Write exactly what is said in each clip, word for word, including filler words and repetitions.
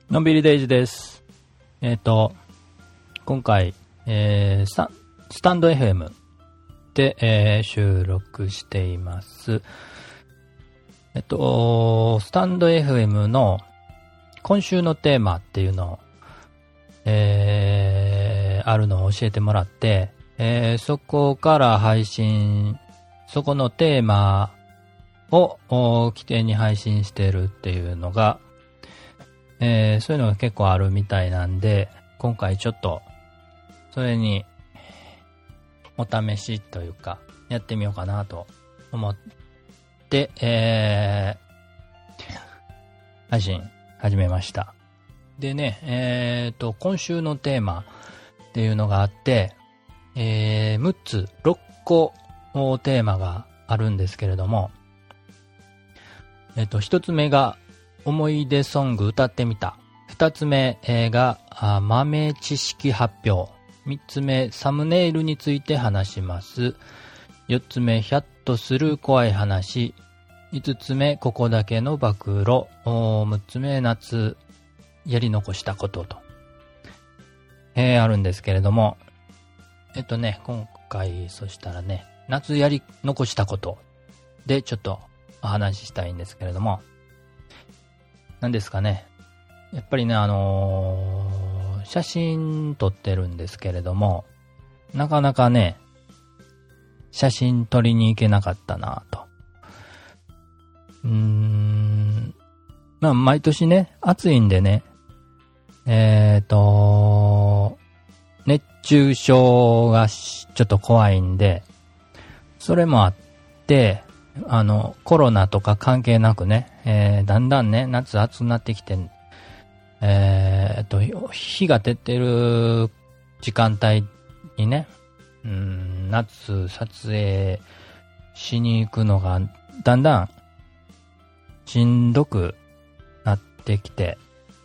のんびりデイズです。えっ、ー、と、今回、えー、スタ、スタンド エフエム で、えー、収録しています。えっと、スタンド エフエム の今週のテーマっていうのを、えー、あるのを教えてもらって、えー、そこから配信、そこのテーマを起点に配信してるっていうのが、えー、そういうのが結構あるみたいなんで、今回ちょっと、それに、お試しというか、やってみようかなと思って、えー、配信始めました。でね、えーと、今週のテーマっていうのがあって、えー、むっつ、ろっこテーマがあるんですけれども、えっと、ひとつめが、思い出ソング歌ってみた。二つ目が豆知識発表。三つ目サムネイルについて話します。四つ目ヒャッとする怖い話。五つ目ここだけの暴露。六つ目夏やり残したことと、えー、あるんですけれども、えっとね今回そしたらね夏やり残したことでちょっとお話ししたいんですけれども。何ですかね。やっぱりね、あのー、写真撮ってるんですけれども、なかなかね、写真撮りに行けなかったなと。うーん、まあ、毎年ね、暑いんでね、えっと、熱中症がちょっと怖いんで、それもあって、あの、コロナとか関係なくね、えー、だんだんね、夏暑くなってきて、えー、と、日が照ってる時間帯にね、うん、夏撮影しに行くのが、だんだんしんどくなってきて、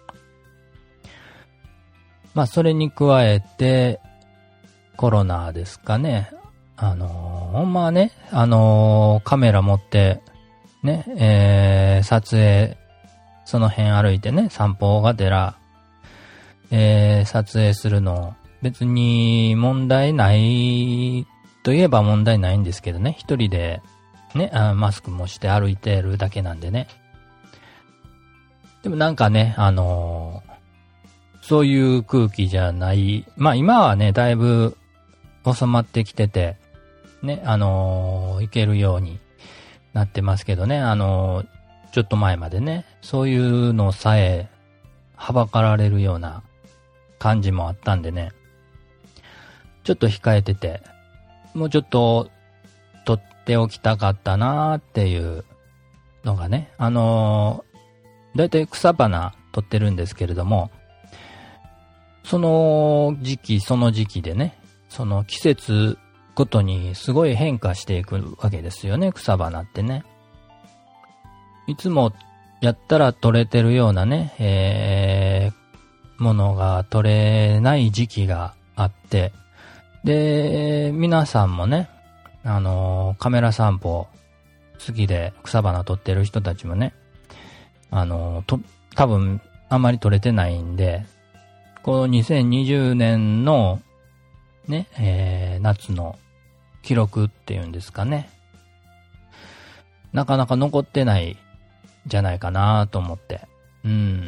まあ、それに加えて、コロナですかね。あのー、ほんまはね、あのー、カメラ持って、ね、えー、撮影、その辺歩いてね、散歩がてら、えー、撮影するの、別に問題ないといえば問題ないんですけどね、一人で、ね、あマスクもして歩いてるだけなんでね。でもなんかね、あのー、そういう空気じゃない、まあ今はね、だいぶ収まってきてて、ね、あのー、行けるようになってますけどね、あのー、ちょっと前までね、そういうのさえ、はばかられるような感じもあったんでね、ちょっと控えてて、もうちょっと、撮っておきたかったなーっていうのがね、あのー、だいたい草花撮ってるんですけれども、その時期その時期でね、その季節ごとにすごい変化していくわけですよね、草花ってね。いつもやったら取れてるようなね、えー、ものが取れない時期があって、で、皆さんもね、あのー、カメラ散歩好きで草花撮ってる人たちもね、あのー、と、多分あんまり撮れてないんで、このにせんにじゅうねんのね、えー、夏の記録っていうんですかね。なかなか残ってないじゃないかなと思って。うん。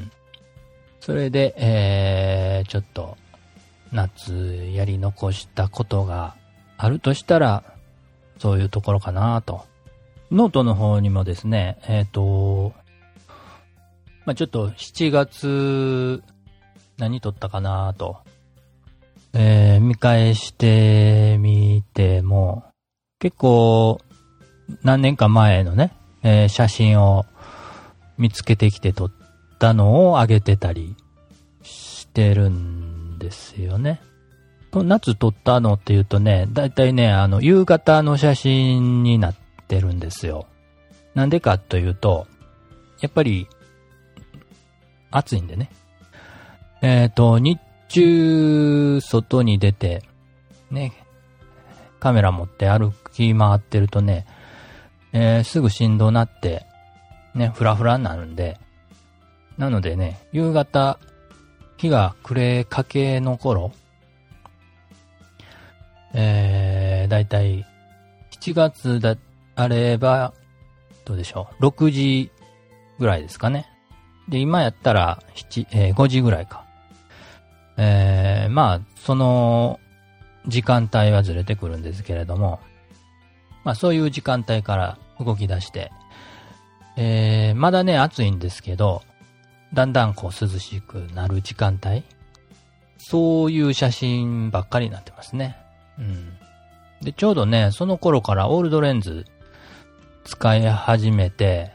それで、えー、ちょっと夏やり残したことがあるとしたら、そういうところかなと。ノートの方にもですね、えっと、まあ、ちょっとしちがつ何撮ったかなと。えー、見返してみても、結構何年か前のね、えー、写真を見つけてきて撮ったのを上げてたりしてるんですよね。この夏撮ったのっていうとね、だいたいね、あの、夕方の写真になってるんですよ。なんでかというと、やっぱり暑いんでね。えっと、日中、外に出て、ね、カメラ持って歩き回ってるとね、えー、すぐ振動なって、ね、フラフラになるんで、 なのでね、夕方、日が暮れかけの頃、えー、だいたいしちがつであれば、どうでしょう、ろくじぐらいですかね。で、今やったら7、えー、ごじぐらいか。えー、まあ、その、時間帯はずれてくるんですけれども、まあそういう時間帯から動き出して、えー、まだね、暑いんですけど、だんだんこう涼しくなる時間帯、そういう写真ばっかりになってますね。うん。で、ちょうどね、その頃からオールドレンズ使い始めて、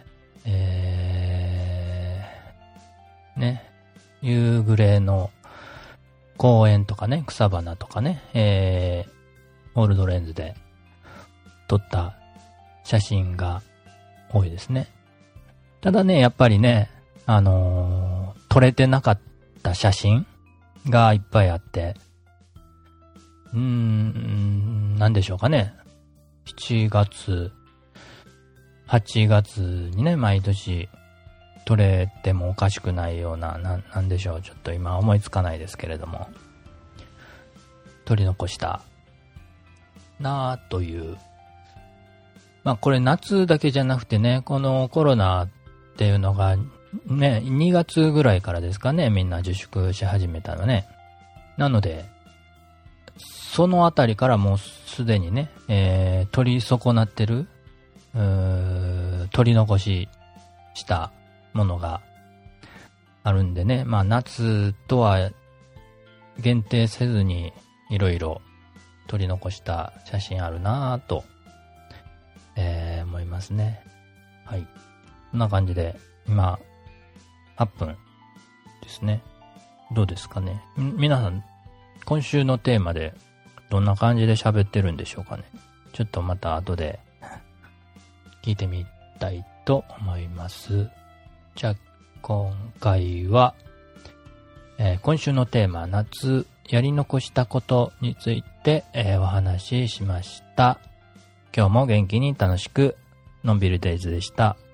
えー、ね、夕暮れの公園とかね、草花とかね、えー、オールドレンズで撮った写真が多いですね。ただね、やっぱりね、あのー、撮れてなかった写真がいっぱいあって、うーん、なんでしょうかね。しちがつ、はちがつにね、毎年撮れてもおかしくないような、な、なんでしょう。ちょっと今思いつかないですけれども、撮り残したなぁという。まあこれ夏だけじゃなくてね、このコロナっていうのがね、にがつぐらいからですかね、みんな自粛し始めたのね。なので、そのあたりからもうすでにね、えー、取り損なってる、うー取り残ししたものがあるんでね、まあ夏とは限定せずにいろいろ取り残した写真あるなぁと、えー、思いますね。はい。こんな感じで、今、はっぷんですね。どうですかね。皆さん、今週のテーマでどんな感じで喋ってるんでしょうかね。ちょっとまた後で聞いてみたいと思います。じゃあ、今回は、えー、今週のテーマ、夏やり残したことについて、えー、お話ししました。今日も元気に楽しく、のんびりデイズでした。